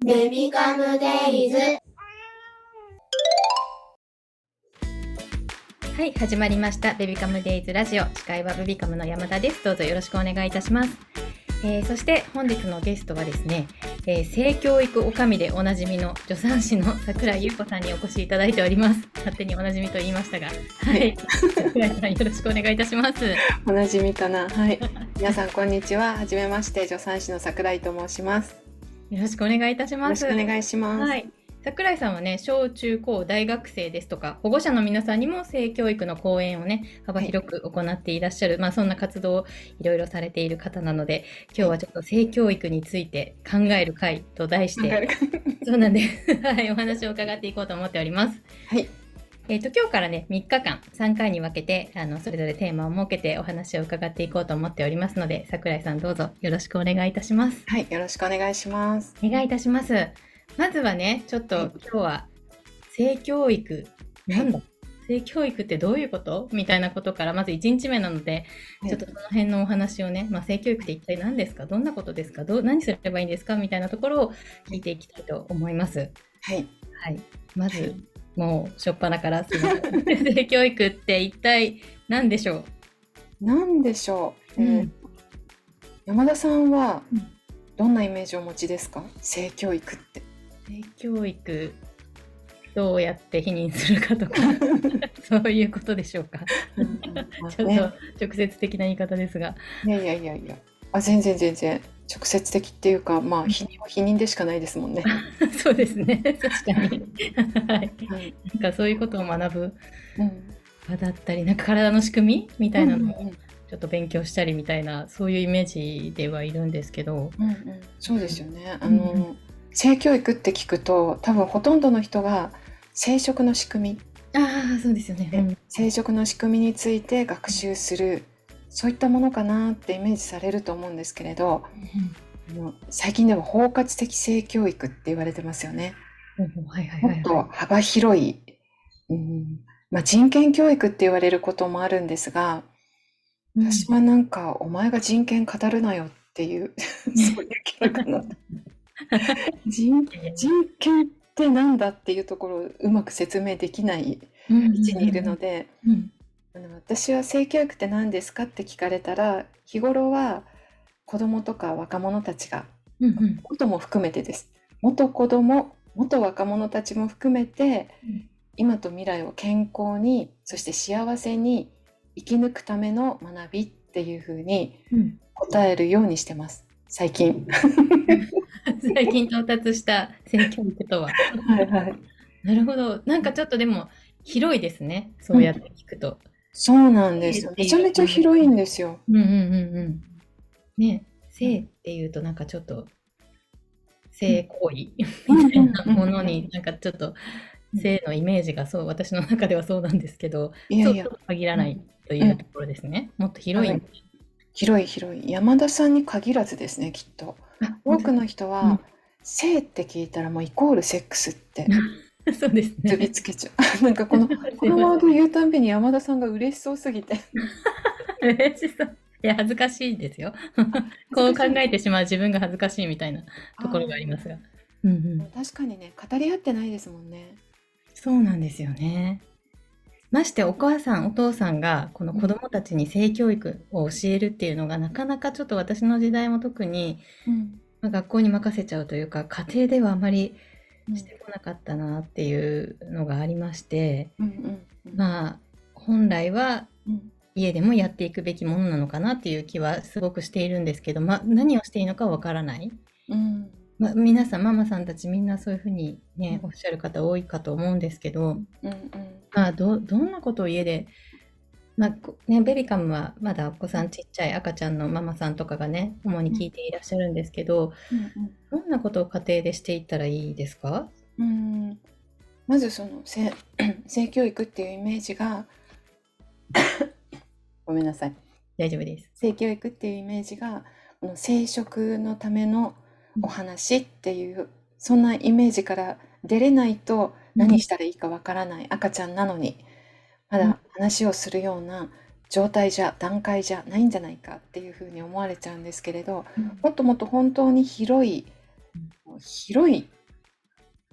ベビカムデイズ。 はい、始まりましたベビカムデイズラジオ。司会はベビカムの山田です。どうぞよろしくお願いいたします。そして本日のゲストはですね、性教育おかみでおなじみの助産師の桜井優子さんにお越しいただいております。勝手におなじみと言いましたが、はい、桜井さんよろしくお願いいたします。 おなじみかな。はい。皆さんこんにちは。はじめまして、助産師の桜井と申します。 よろしくお願いいたします。 よろしくお願いします。 はい。桜井さんはね、小中高大学生ですとか保護者の皆さんにも性教育の講演をね幅広く行っていらっしゃる、そんな活動をいろいろされている方なので、今日はちょっと性教育について考える会と題してそうなんです、はい、お話を伺っていこうと思っております。 はい。 今日からね3日間3回に分けてそれぞれテーマを設けてお話を伺っていこうと思っておりますので、桜井さんどうぞよろしくお願いいたします。 はい、よろしくお願いします。 お願いいたします。まずはね、ちょっと今日は性教育、なんだ、性教育ってどういうことみたいなことから、まず1日目なので、ちょっとその辺のお話をね、性教育って一体何ですか、どんなことですか、何すればいいんですかみたいなところを聞いていきたいと思います。 はい。 はい。まず、もう初っ端から性教育って一体何でしょう？ 何でしょう。山田さんはどんなイメージをお持ちですか？性教育って。 性教育、どうやって否認するかとかそういうことでしょうか。ちょっと直接的な言い方ですが。 いや。全然直接的っていうか、否認は否認でしかないですもんね。 そうですね、確かに。はい。なんかそういうことを学ぶ場だったり、なんか体の仕組みみたいなのをちょっと勉強したりみたいな、そういうイメージではいるんですけど。 そうですよね。性教育って聞くと、多分ほとんどの人が生殖の仕組み、 そうですよね。 生殖の仕組みについて学習する、そういったものかなってイメージされると思うんですけれど、最近では包括的性教育って言われてますよね。もっと幅広い、人権教育って言われることもあるんですが、私はなんかお前が人権語るなよっていうそういうキャラかな人権ってなんだっていうところをうまく説明できない位置にいるので、私は性教育って何ですかって聞かれたら、日頃は子供とか若者たちが、元も含めてです。元子供、元若者たちも含めて、今と未来を健康に、そして幸せに生き抜くための学びっていうふうに答えるようにしてます。最近到達した性教育とは。なるほど。なんかちょっとでも広いですね。そうやって聞くと。 そうなんですよ。めちゃめちゃ広いんですよ。 ね、性っていうとなんかちょっと性行為みたいなものになんかちょっと性のイメージが私の中ではそうなんですけど、そうと限らないというところですね。もっと広い。 広い。山田さんに限らずですね、きっと。多くの人は、性って聞いたらもうイコールセックスってそうですね。 結びつけちゃう。なんかこのワード言うたんびに山田さんが嬉しそうすぎて。 嬉しそう。いや、恥ずかしいですよ。こう考えてしまう自分が恥ずかしいみたいなところがありますが。 確かにね、語り合ってないですもんね。 そうなんですよね。ましてお母さんお父さんがこの子どもたちに性教育を教えるっていうのがなかなかちょっと私の時代も特に、学校に任せちゃうというか、家庭ではあまりしてこなかったなっていうのがありまして、本来は家でもやっていくべきものなのかなっていう気はすごくしているんですけど、何をしていいのかわからない。皆さんママさんたちみんなそういうふうにね、おっしゃる方多いかと思うんですけど、どんなことを家で、ベビカムはまだお子さんちっちゃい赤ちゃんのママさんとかがね主に聞いていらっしゃるんですけど、どんなことを家庭でしていったらいいですか？ まずその性教育っていうイメージがごめんなさい。 大丈夫です。 性教育っていうイメージが生殖のためのお話っていう、そんなイメージから出れないと何したらいいかわからない赤ちゃんなのに、まだ話をするような状態段階じゃないんじゃないかっていうふうに思われちゃうんですけれど、もっともっと本当に広い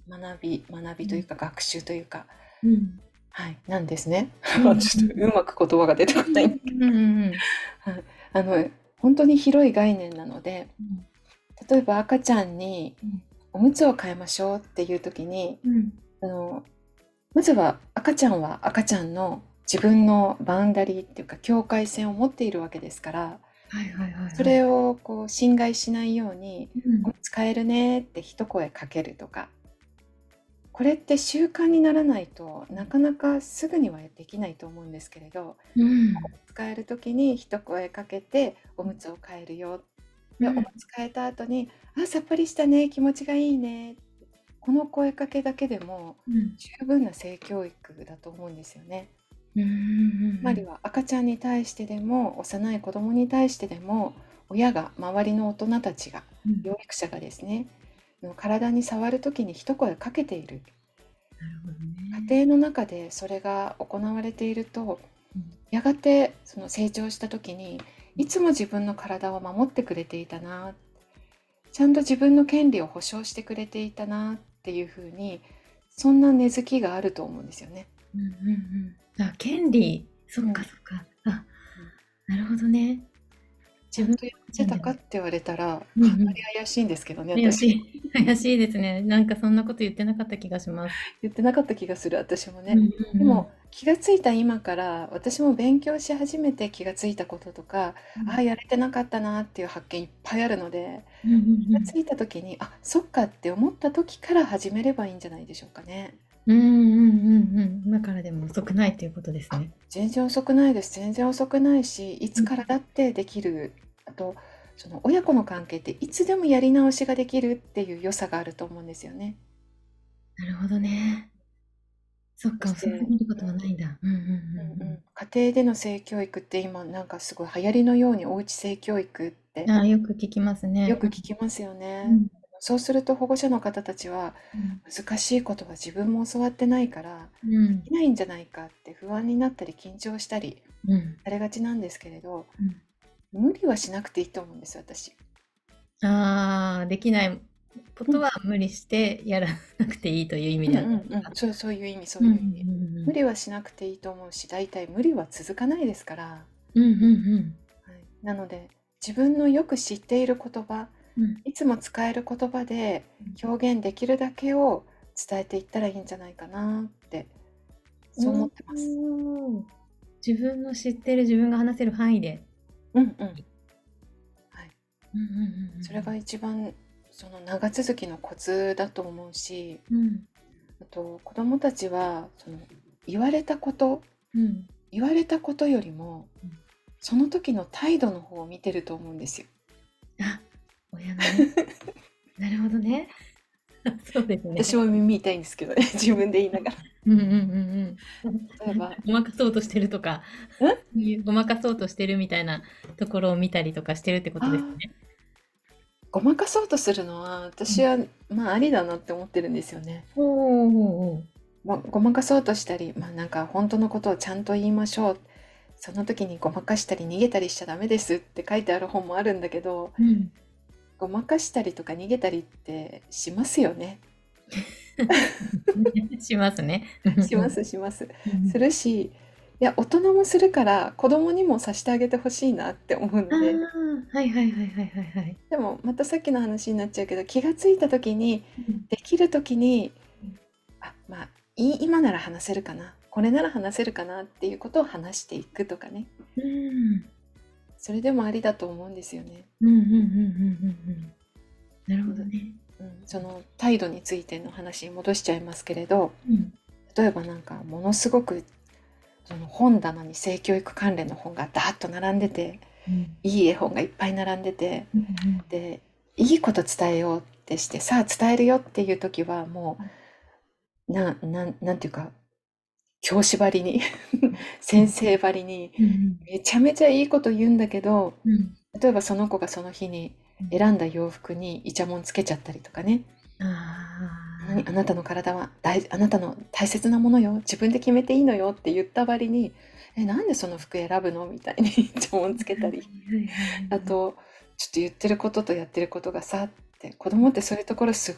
学びというか学習というか、 はい、 なんですね。ちょっとうまく言葉が出てこないんだけど、本当に広い概念なので、例えば赤ちゃんにおむつを替えましょうっていう時に、まずは赤ちゃんは赤ちゃんの自分のバウンダリーっていうか境界線を持っているわけですから、それをこう侵害しないように、おむつ替えるねって一声かけるとか、これって習慣にならないとなかなかすぐにはできないと思うんですけれど、おむつ替える時に一声かけておむつを替えるよ、でおむつ替えた後にさっぱりしたね、気持ちがいいね、この声かけだけでも十分な性教育だと思うんですよね。つまりは赤ちゃんに対してでも幼い子供に対してでも、親が、周りの大人たちが、養育者がですね、体に触るときに一声かけている。家庭の中でそれが行われていると、やがてその成長したときにいつも自分の体を守ってくれていたな、ちゃんと自分の権利を保障してくれていたなっていうふうに、そんな根付きがあると思うんですよね。 権利、そっかそっか、なるほどね。 ちゃんとやってたかって言われたら、かなり怪しいんですけどね、 私。怪しいですね。なんかそんなこと言ってなかった気がします。 言ってなかった気がする、私もね。でも気がついた今から、私も勉強し始めて気がついたこととか、やれてなかったなっていう発見いっぱいあるので、気がついた時に、そっかって思った時から始めればいいんじゃないでしょうかね。 今からでも遅くないということですね。 全然遅くないです。全然遅くないし、いつからだってできる。あと、その親子の関係っていつでもやり直しができるっていう良さがあると思うんですよね。 なるほどね。そっか、遅くなることはないんだ。 家庭での性教育って今なんかすごい流行りのように、おうち性教育ってよく聞きますね。 よく聞きますよね。そうすると保護者の方たちは、難しいことは自分も教わってないから、できないんじゃないかって不安になったり緊張したりされがちなんですけれど、無理はしなくていいと思うんですよ、私。 できないことは無理してやらなくていいという意味であるんですか？ そういう意味、そういう意味。無理はしなくていいと思うし、大体無理は続かないですから。なので、自分のよく知っている言葉、いつも使える言葉で表現できるだけを伝えていったらいいんじゃないかなって、そう思ってます。 自分の知ってる、自分が話せる範囲で。 それが一番その長続きのコツだと思うし、あと子どもたちはその言われたこと、言われたことよりも、その時の態度の方を見てると思うんですよ。 親がね。なるほどね。そうですね。 私も耳痛いんですけどね、自分で言いながら。例えばごまかそうとしてるとか、ごまかそうとしてるみたいなところを見たりとかしてるってことですね。 ごまかそうとするのは私はありだなって思ってるんですよね。ごまかそうとしたり、なんか本当のことをちゃんと言いましょう、その時にごまかしたり逃げたりしちゃダメですって書いてある本もあるんだけど、ごまかしたりとか逃げたりってしますよね。 しますね。 しますするし、いや大人もするから子供にもさせてあげてほしいなって思うので。でもまたさっきの話になっちゃうけど、気がついた時に、できる時に、今なら話せるかな、これなら話せるかなっていうことを話していくとかね。それでもありだと思うんですよね。 なるほどね。 その態度についての話に戻しちゃいますけれど、例えばなんかものすごくその本棚に性教育関連の本がダーッと並んでて、いい絵本がいっぱい並んでて、でいいこと伝えようってして、さあ伝えるよっていう時はもうなんていうか、教師ばりに先生ばりにめちゃめちゃいいこと言うんだけど、例えばその子がその日に選んだ洋服にイチャモンつけちゃったりとかね。あなたの体はあなたの大切なものよ、自分で決めていいのよって言ったばりに、なんでその服選ぶのみたいにイチャモンつけたり、あとちょっと言ってることとやってることがさって、子供ってそういうところすごい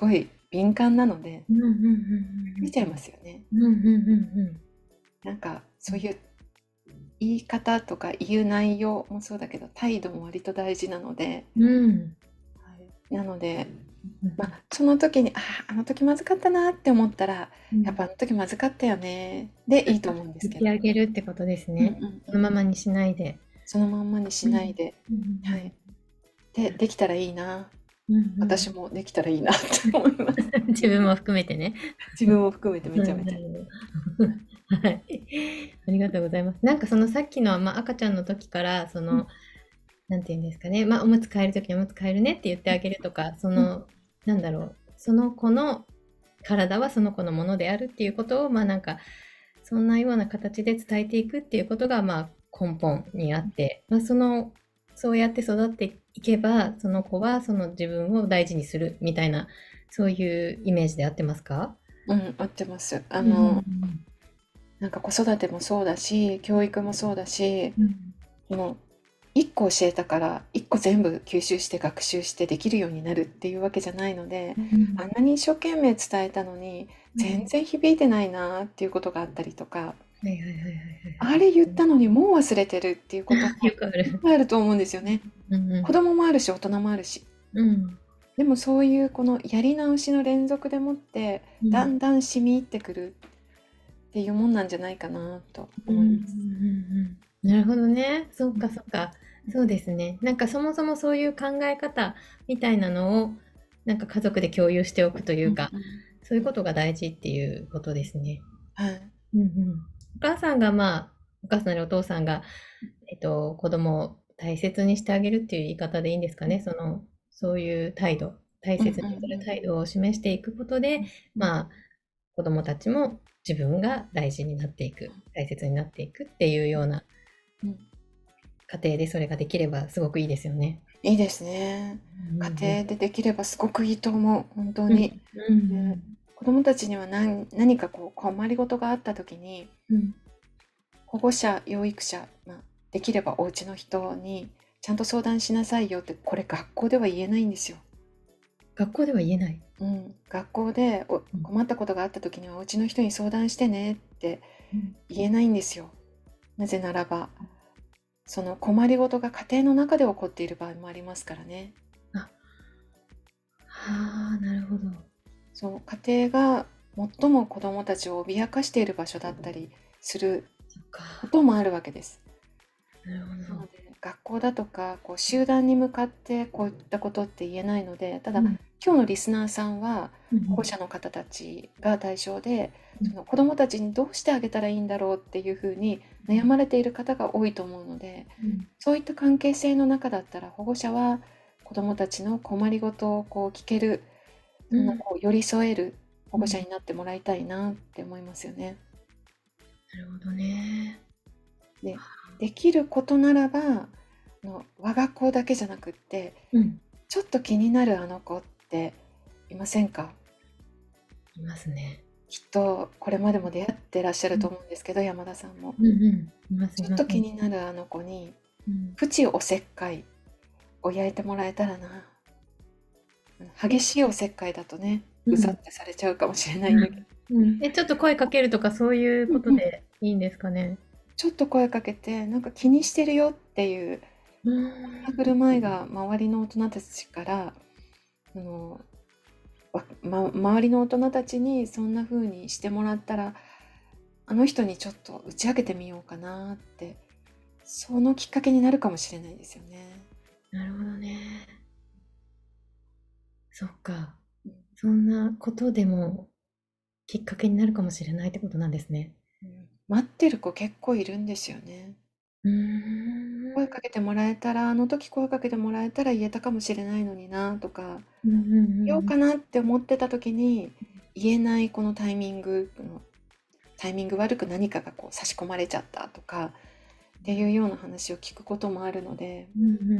敏感なのでうんうんうん見ちゃいますよね。 うんうんうんなんかそういう言い方とか言う内容もそうだけど態度も割と大事なので、 うんはい、なので、 うんその時にあの時まずかったなって思ったら、 うんやっぱあの時まずかったよねでいいと思うんですけど、 引き上げるってことですね。そのままにしないで。 そのまんまにしないで、 うんはい、できたらいいな、 うんうん私もできたらいいなって思います。 自分も含めてね。 自分も含めてめちゃめちゃ。 はい。ありがとうございます。なんかそのさっきの、赤ちゃんの時からなんていうんですかね、おむつ替える時におむつ替えるねって言ってあげるとか、なんだろう、その子の体はその子のものであるっていうことを、なんかそんなような形で伝えていくっていうことが、根本にあって、そうやって育っていけば、その子はその自分を大事にするみたいな、そういうイメージで合ってますか？ 合ってます。 うんなんか子育てもそうだし、教育もそうだし、もう1個教えたから1個全部吸収して学習してできるようになるっていうわけじゃないので、あんなに一生懸命伝えたのに全然響いてないなっていうことがあったりとか、 はいはいはいはいはい。 あれ言ったのにもう忘れてるっていうこともよくある。 いっぱいあると思うんですよね。子供もあるし大人もあるし。でもそういうこのやり直しの連続でもってだんだん染み入ってくるっていうもんなんじゃないかなと思います。 なるほどね。そうかそうか。そうですね。なんかそもそもそういう考え方みたいなのをなんか家族で共有しておくというか、そういうことが大事っていうことですね。 はい。 お母さんがお母さんなりお父さんが、子供を大切にしてあげるっていう言い方でいいんですかね。そういう態度、大切にする態度を示していくことで、子供たちも自分が大事になっていく、大切になっていくっていうような過程でそれができればすごくいいですよね。 いいですね。家庭でできればすごくいいと思う。本当に。子供たちには何かこう困りごとがあった時に、保護者、養育者、できればお家の人にちゃんと相談しなさいよって、これ学校では言えないんですよ。 学校では言えない。 学校で困ったことがあった時にはお家の人に相談してねって言えないんですよ。なぜならば、その困りごとが家庭の中で起こっている場合もありますからね。 なるほど。 そう、家庭が最も子どもたちを脅かしている場所だったりすることもあるわけです。 なるほど。 なので学校だとかこう集団に向かってこういったことって言えないので、ただ、今日のリスナーさんは保護者の方たちが対象で、その子どもたちにどうしてあげたらいいんだろうっていうふうに悩まれている方が多いと思うので、そういった関係性の中だったら保護者は子どもたちの困りごとをこう聞ける、そんなこう寄り添える保護者になってもらいたいなって思いますよね。 なるほどね。 できることならば我が子だけじゃなくって、ちょっと気になるあの子っていませんか？ いますね。 きっとこれまでも出会ってらっしゃると思うんですけど、山田さんも、ちょっと気になるあの子に、プチおせっかいを焼いてもらえたらな。激しいおせっかいだとね、うざってされちゃうかもしれないんだけど、 ちょっと声かけるとかそういうことでいいんですかね。 ちょっと声かけて、なんか気にしてるよっていう振る舞いが周りの大人たちから周りの大人たちにそんな風にしてもらったら、あの人にちょっと打ち明けてみようかなって、そのきっかけになるかもしれないですよね。 なるほどね。そっか。そんなことでもきっかけになるかもしれないってことなんですね。 待ってる子結構いるんですよね。声かけてもらえたら、あの時声かけてもらえたら言えたかもしれないのになとか、言おうかなって思ってた時に言えないこのタイミング悪く何かがこう差し込まれちゃったとかっていうような話を聞くこともあるので、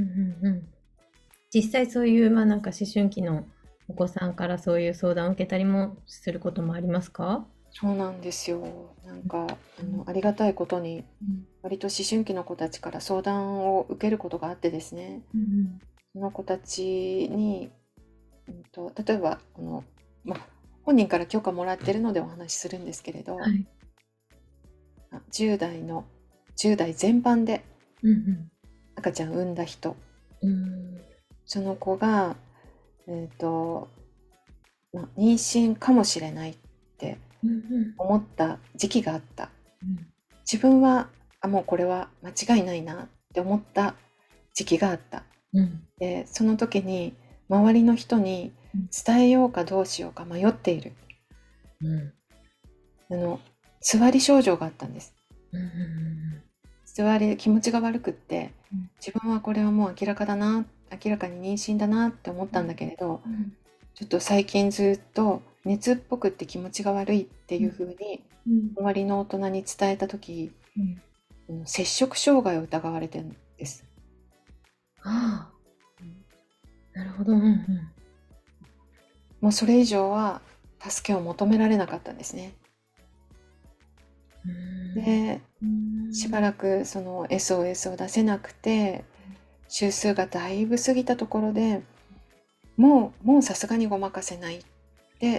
実際そういうなんか思春期のお子さんからそういう相談を受けたりもすることもありますか？ そうなんですよ。なんかありがたいことに、割と思春期の子たちから相談を受けることがあってですね、その子たちに、例えば本人から許可もらってるのでお話しするんですけれど、 はい。 10代全般でうん赤ちゃん産んだ人、 うんその子が、妊娠かもしれないって思った時期があった。自分はもうこれは間違いないなって思った時期があった。でその時に周りの人に伝えようかどうしようか迷っている、座り症状があったんです。気持ちが悪くって、自分はこれはもう明らかに妊娠だなって思ったんだけれど、ちょっと最近ずっと熱っぽくって気持ちが悪いっていう風に周りの大人に伝えた時、摂食障害を疑われてるんです。 なるほど。 もうそれ以上は助けを求められなかったんですね。でしばらくその SOS を出せなくて、週数がだいぶ過ぎたところでもうさすがにごまかせないって、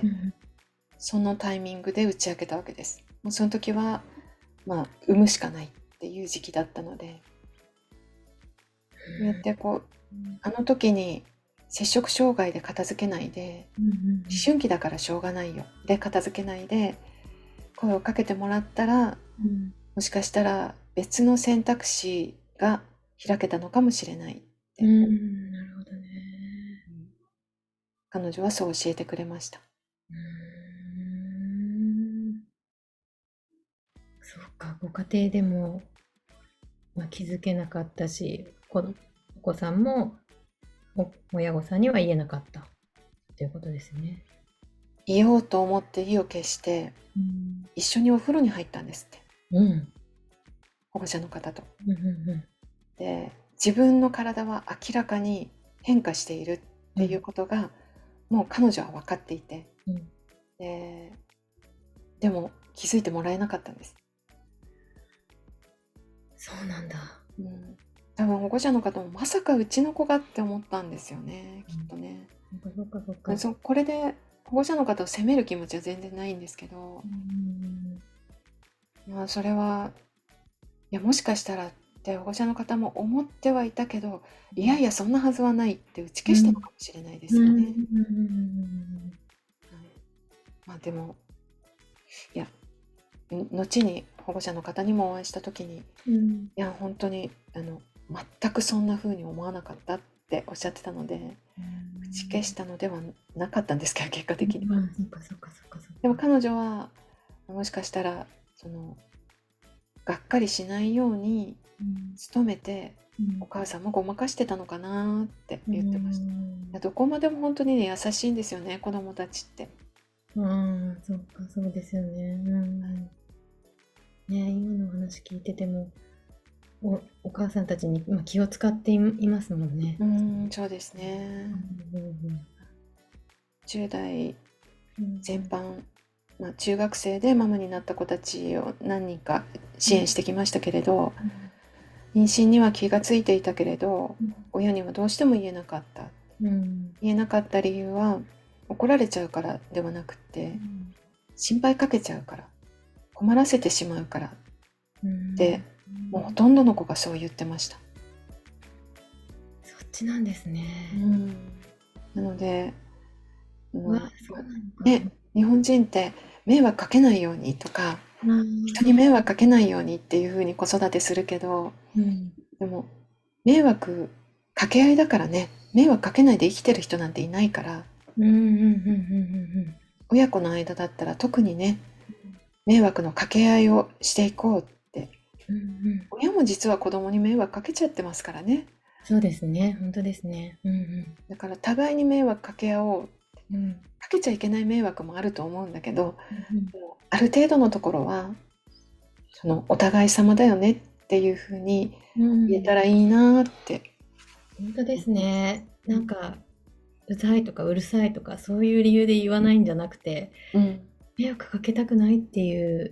そのタイミングで打ち明けたわけです。もうその時は産むしかないっていう時期だったので、こうやってあの時に摂食障害で片付けないで、思春期だからしょうがないよで片付けないで声をかけてもらったら、もしかしたら別の選択肢が開けたのかもしれないって、 なるほどね。 彼女はそう教えてくれました。 そうか、ご家庭でも、気づけなかったし、お子さんも親御さんには言えなかったということですね。 言おうと思って意を決して、一緒にお風呂に入ったんですって、保護者の方と。で自分の体は明らかに変化しているっていうことが、もう彼女は分かっていて、でも気づいてもらえなかったんです。 そうなんだ。 多分保護者の方もまさかうちの子がって思ったんですよね、きっとね。これで保護者の方を責める気持ちは全然ないんですけど、それはいやもしかしたらって保護者の方も思ってはいたけど、いやいやそんなはずはないって打ち消したのかもしれないですよね。でもいや後に保護者の方にもお会いした時に、いや本当に全くそんな風に思わなかったっておっしゃってたので、打ち消したのではなかったんですけど、結果的には。でも彼女はもしかしたらがっかりしないように努めて、お母さんもごまかしてたのかなって言ってました。どこまでも本当にね、優しいんですよね、子供たちって。 そうですよね。今の話聞いててもお母さんたちに気を使っていますもんね。 そうですね。10代全般、中学生でママになった子たちを何人か支援してきましたけれど、妊娠には気がついていたけれど、親にはどうしても言えなかった。言えなかった理由は怒られちゃうからではなくて、心配かけちゃうから、困らせてしまうからで、もうほとんどの子がそう言ってました。 そっちなんですね。 なので日本人って迷惑かけないようにとか、人に迷惑かけないようにっていうふうに子育てするけど、でも迷惑かけ合いだからね、迷惑かけないで生きてる人なんていないから、親子の間だったら特にね、迷惑のかけ合いをしていこうって、親も実は子供に迷惑かけちゃってますからね。 そうですね、本当ですね。 だから互いに迷惑かけ合おう、かけちゃいけない迷惑もあると思うんだけど、ある程度のところはお互い様だよねっていうふうに言えたらいいなって。 本当ですね。なんかうざいとかうるさいとかそういう理由で言わないんじゃなくて、迷惑かけたくないっていう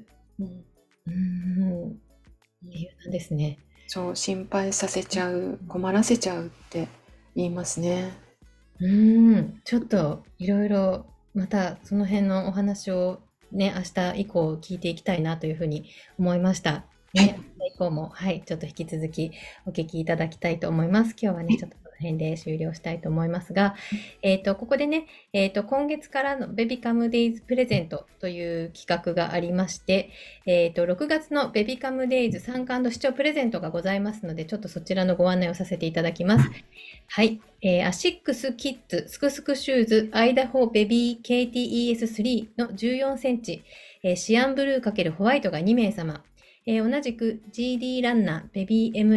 理由なんですね。 そう、心配させちゃう、困らせちゃうって言いますね。 ちょっといろいろまたその辺のお話をね、明日以降聞いていきたいなというふうに思いました。ね、明日以降も、はい、ちょっと引き続きお聞きいただきたいと思います。今日はね、ちょっとこの辺で終了したいと思いますが、ここでね、今月からのベビカムデイズプレゼントという企画がありまして、6月のベビカムデイズ参加&視聴プレゼントがございますので、ちょっとそちらのご案内をさせていただきます。はい。アシックスキッズスクスクシューズアイダホベビー KTES3 の14センチ、シアンブルー×ホワイトが2名様、同じく GD ランナーベビー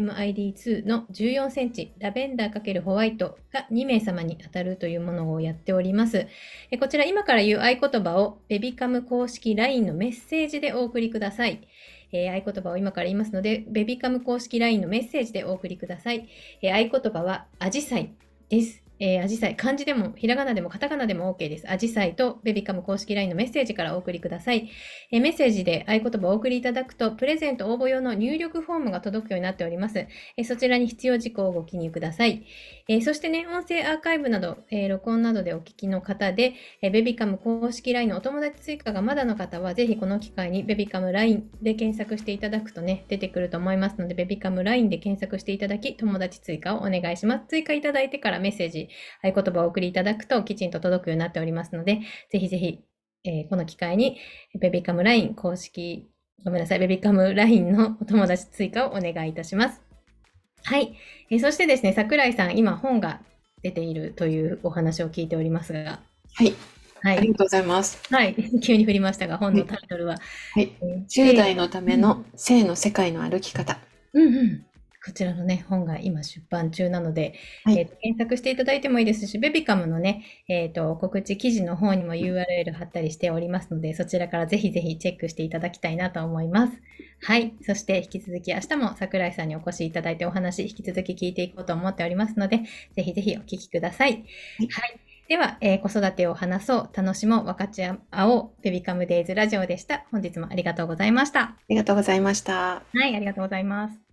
MSMID2 の14センチラベンダー×ホワイトが2名様に当たるというものをやっております。こちら今から言う合言葉をベビカム公式 LINE のメッセージでお送りください。合言葉を今から言いますので、ベビカム公式 LINE のメッセージでお送りください。合言葉はアジサイです。アジサイ、漢字でもひらがなでもカタカナでも OK です。アジサイとベビカム公式 LINE のメッセージからお送りください。メッセージで合言葉をお送りいただくと、プレゼント応募用の入力フォームが届くようになっております。そちらに必要事項をご記入ください。そしてね、音声アーカイブなど、録音などでお聞きの方で、ベビカム公式 LINE のお友達追加がまだの方は、ぜひこの機会にベビカム LINE で検索していただくとね、出てくると思いますので、ベビカム LINE で検索していただき、友達追加をお願いします。追加いただいてからメッセージ、合言葉をお送りいただくときちんと届くようになっておりますので、ぜひぜひ、この機会にベビカム LINE 公式、ごめんなさい、ベビカム LINE のお友達追加をお願いいたします。はい。そしてですね、桜井さん、今本が出ているというお話を聞いておりますが。 はい。はい、ありがとうございます。 はい。急に振りましたが、本のタイトルは。 はい。10代のための性の世界の歩き方。 こちらのね、本が今出版中なので、検索していただいてもいいですし、ベビカムのね、告知記事の方にも URL 貼ったりしておりますので、そちらからぜひぜひチェックしていただきたいなと思います。はい。そして引き続き明日も桜井さんにお越しいただいてお話、引き続き聞いていこうと思っておりますので、ぜひぜひお聞きください。はい。では、子育てを話そう、楽しもう、分かち合おう、ベビカムデイズラジオでした。本日もありがとうございました。 ありがとうございました。 はい、ありがとうございます。